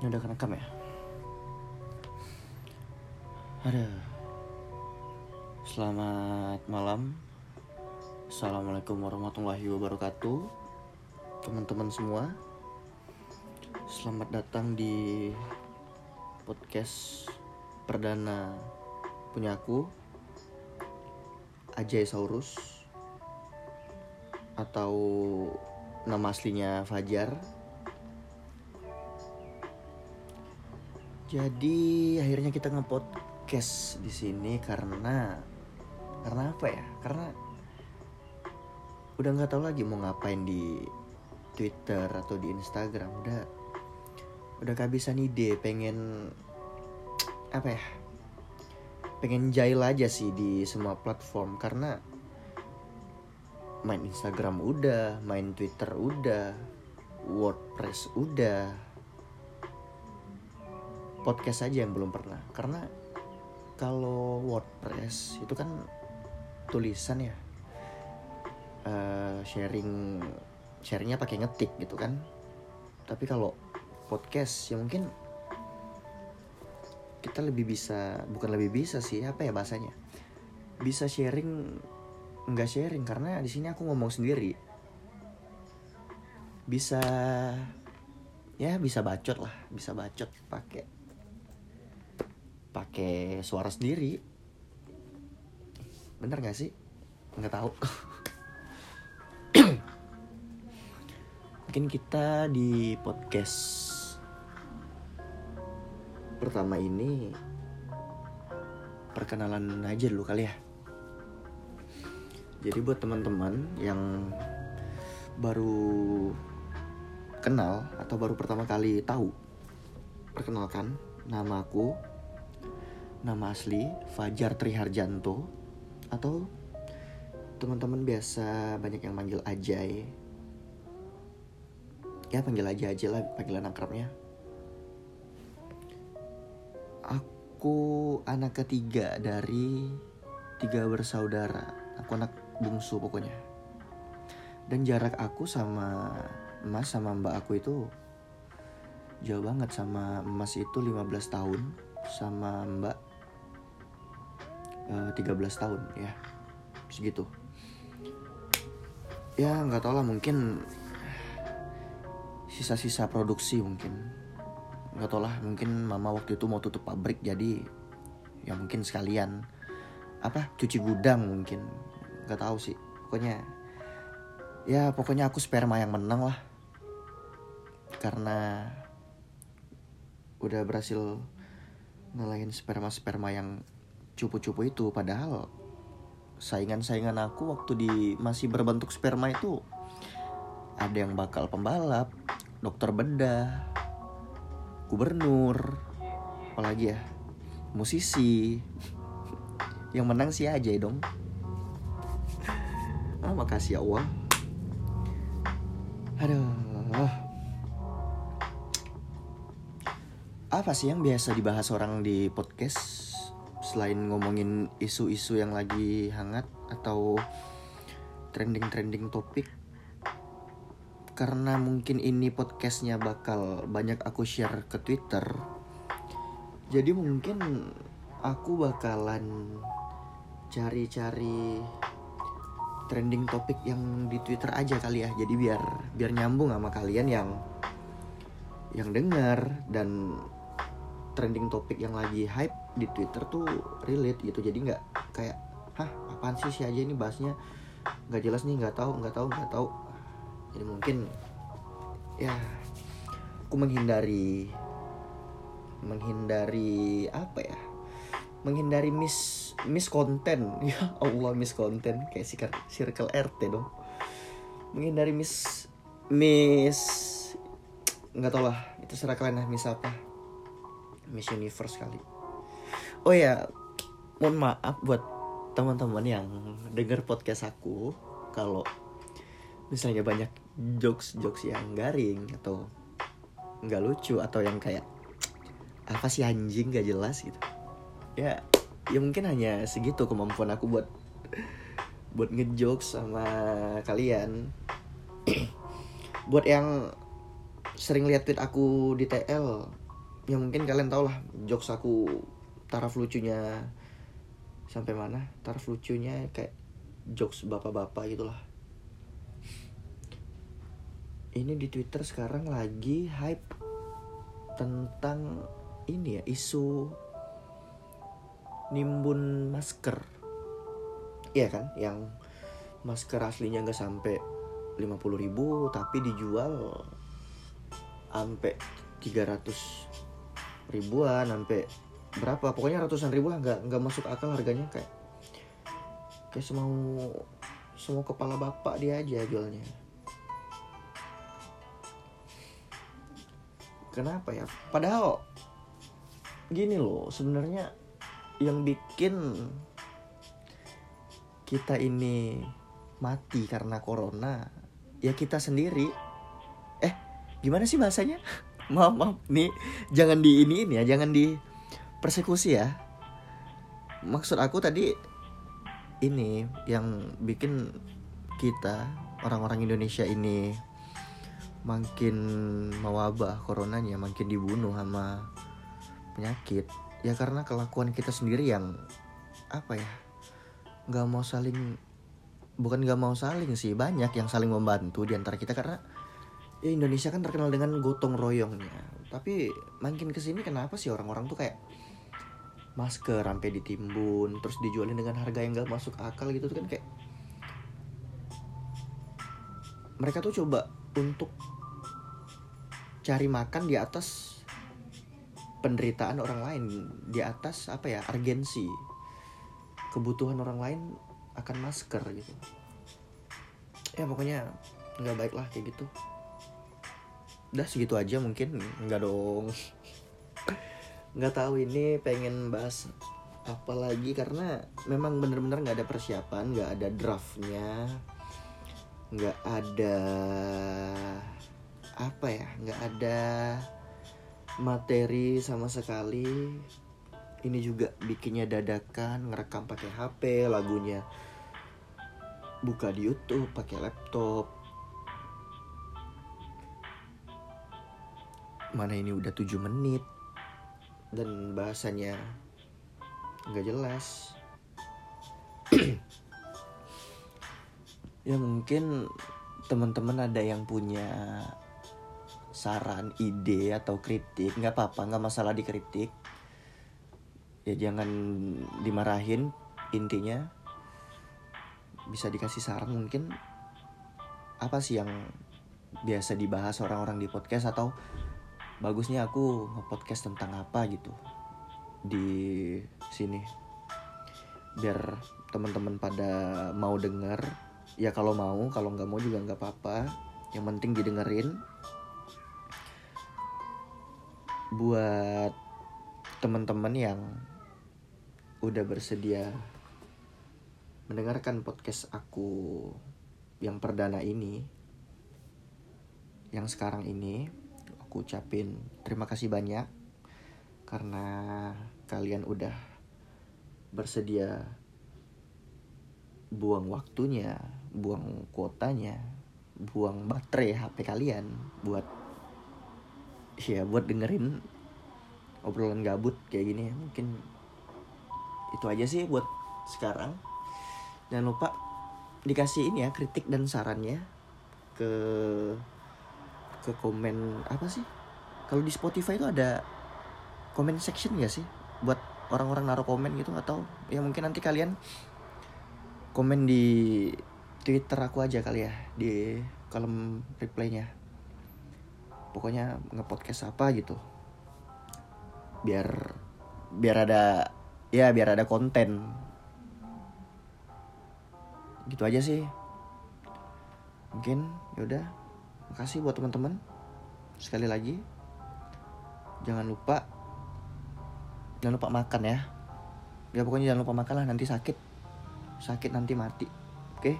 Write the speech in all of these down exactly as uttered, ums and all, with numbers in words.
Ini udah kerekam ya? Ada. Selamat malam. Assalamualaikum warahmatullahi wabarakatuh. Teman-teman semua, selamat datang di podcast perdana punya aku, Ajay Saurus, atau nama aslinya Fajar. Jadi akhirnya kita nge-podcast di sini karena karena apa ya? Karena udah nggak tahu lagi mau ngapain di Twitter atau di Instagram. Udah udah kehabisan ide, pengen apa ya? Pengen jail aja sih di semua platform, karena main Instagram udah, main Twitter udah, WordPress udah. Podcast aja yang belum pernah. Karena kalau WordPress itu kan tulisan ya, uh, sharing sharingnya pakai ngetik gitu kan. Tapi kalau podcast ya mungkin kita lebih bisa, bukan lebih bisa sih, apa ya bahasanya, bisa sharing nggak sharing, karena di sini aku ngomong sendiri. Bisa ya bisa bacot lah, bisa bacot pakai pakai suara sendiri. Bener nggak sih? Nggak tahu. Mungkin kita di podcast pertama ini perkenalan aja dulu kali ya. Jadi buat teman-teman yang baru kenal atau baru pertama kali tahu, perkenalkan, nama aku, nama asli Fajar Triharjanto, atau teman-teman biasa banyak yang manggil Ajay. Ya panggil aja aja lah, panggilan akrabnya. Aku anak ketiga dari tiga bersaudara. Aku anak bungsu pokoknya. Dan jarak aku sama emas sama mbak aku itu jauh banget. Sama emas itu lima belas tahun, sama mbak uh, tiga belas tahun ya. Segitu. Ya gak tau lah, mungkin sisa-sisa produksi mungkin. Gak tau lah, mungkin mama waktu itu mau tutup pabrik, jadi ya mungkin sekalian apa cuci gudang mungkin. Gak tahu sih. Pokoknya ya pokoknya aku sperma yang menang lah, karena udah berhasil ngalahin sperma-sperma yang cupu-cupu itu. Padahal saingan-saingan aku waktu di masih berbentuk sperma itu ada yang bakal pembalap, dokter bedah, gubernur, apalagi ya, musisi. Yang menang sih aja dong. Ah, makasih ya Allah. Aduh. Apa sih yang biasa dibahas orang di podcast selain ngomongin isu-isu yang lagi hangat atau trending-trending topik? Karena mungkin ini podcastnya bakal banyak aku share ke Twitter, jadi mungkin aku bakalan cari-cari trending topik yang di Twitter aja kali ya. Jadi biar biar nyambung sama kalian yang yang dengar, dan trending topik yang lagi hype di Twitter tuh relate gitu. Jadi nggak kayak hah apaan sih si aja ini bahasnya nggak jelas nih, nggak tahu nggak tahu nggak tahu. Jadi mungkin ya aku menghindari menghindari apa ya? Menghindari miss miss konten. Ya Allah, miss konten kayak circle R T dong. Menghindari miss miss nggak tau lah, itu serah kalian lah, miss apa? Miss Universe kali. Oh ya, mohon maaf buat teman-teman yang denger podcast aku kalau misalnya banyak jokes-jokes yang garing atau nggak lucu, atau yang kayak apa sih anjing gak jelas gitu. Ya, ya mungkin hanya segitu kemampuan aku buat buat ngejokes sama kalian. Buat yang sering lihat tweet aku di T L, ya mungkin kalian tau lah jokes aku taraf lucunya sampai mana. Taraf lucunya kayak jokes bapak-bapak gitulah. Ini di Twitter sekarang lagi hype tentang ini ya, isu nimbun masker. Iya kan, yang masker aslinya nggak sampai lima puluh ribu tapi dijual sampai tiga ratus ribuan, sampai berapa, pokoknya ratusan ribu lah, nggak nggak masuk akal harganya. Kayak kayak semau semua kepala bapak dia aja jualnya. Kenapa ya? Padahal gini loh, sebenarnya yang bikin kita ini mati karena corona ya kita sendiri. Eh, gimana sih bahasanya? maaf, maaf nih, jangan di ini ini ya, jangan di persekusi ya. Maksud aku tadi ini yang bikin kita orang-orang Indonesia ini makin mewabah coronanya, makin dibunuh sama penyakit ya karena kelakuan kita sendiri yang apa ya, nggak mau saling, bukan nggak mau saling sih, banyak yang saling membantu di antara kita. Karena ya Indonesia kan terkenal dengan gotong royongnya, tapi makin kesini kenapa sih orang-orang tuh kayak masker sampai ditimbun terus dijualin dengan harga yang nggak masuk akal gitu tuh kan. Kayak mereka tuh coba untuk cari makan di atas penderitaan orang lain, di atas apa ya, urgensi kebutuhan orang lain akan masker gitu. Ya pokoknya nggak baik lah kayak gitu. Udah segitu aja mungkin, nggak dong. Nggak tahu ini pengen bahas apa lagi karena memang bener-bener nggak ada persiapan, nggak ada draftnya, nggak ada apa ya, nggak ada materi sama sekali. Ini juga bikinnya dadakan, ngerekam pakai H P, lagunya buka di YouTube pakai laptop. Mana ini udah tujuh menit dan bahasanya nggak jelas. Ya mungkin teman-teman ada yang punya saran, ide atau kritik, nggak apa-apa, nggak masalah dikritik. Ya jangan dimarahin, intinya bisa dikasih saran mungkin apa sih yang biasa dibahas orang-orang di podcast, atau bagusnya aku nge-podcast tentang apa gitu di sini biar teman-teman pada mau denger. Ya kalau mau, kalau nggak mau juga nggak apa-apa, yang penting didengerin. Buat teman-teman yang udah bersedia mendengarkan podcast aku yang perdana ini, yang sekarang ini, aku ucapin terima kasih banyak karena kalian udah bersedia buang waktunya, buang kuotanya, buang baterai H P kalian buat ya buat dengerin obrolan gabut kayak gini. Mungkin itu aja sih buat sekarang. Jangan lupa dikasih ini ya, kritik dan sarannya ke ke komen apa sih? Kalau di Spotify itu ada comment section gak sih? Buat orang-orang naruh komen gitu, atau ya mungkin nanti kalian komen di Twitter aku aja kali ya, di kolom reply-nya. Pokoknya nge-podcast apa gitu. Biar biar ada ya biar ada konten. Gitu aja sih. Mungkin yaudah. Makasih buat teman-teman. Sekali lagi, jangan lupa jangan lupa makan ya. Ya pokoknya jangan lupa makan lah, nanti sakit. Sakit nanti mati. Oke.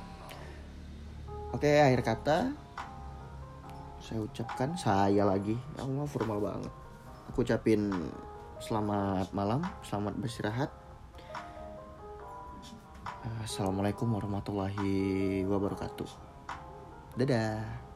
Oke, akhir kata saya ucapkan, saya lagi, ya Allah formal banget. Aku ucapin selamat malam, selamat beristirahat. Assalamualaikum warahmatullahi wabarakatuh. Dadah.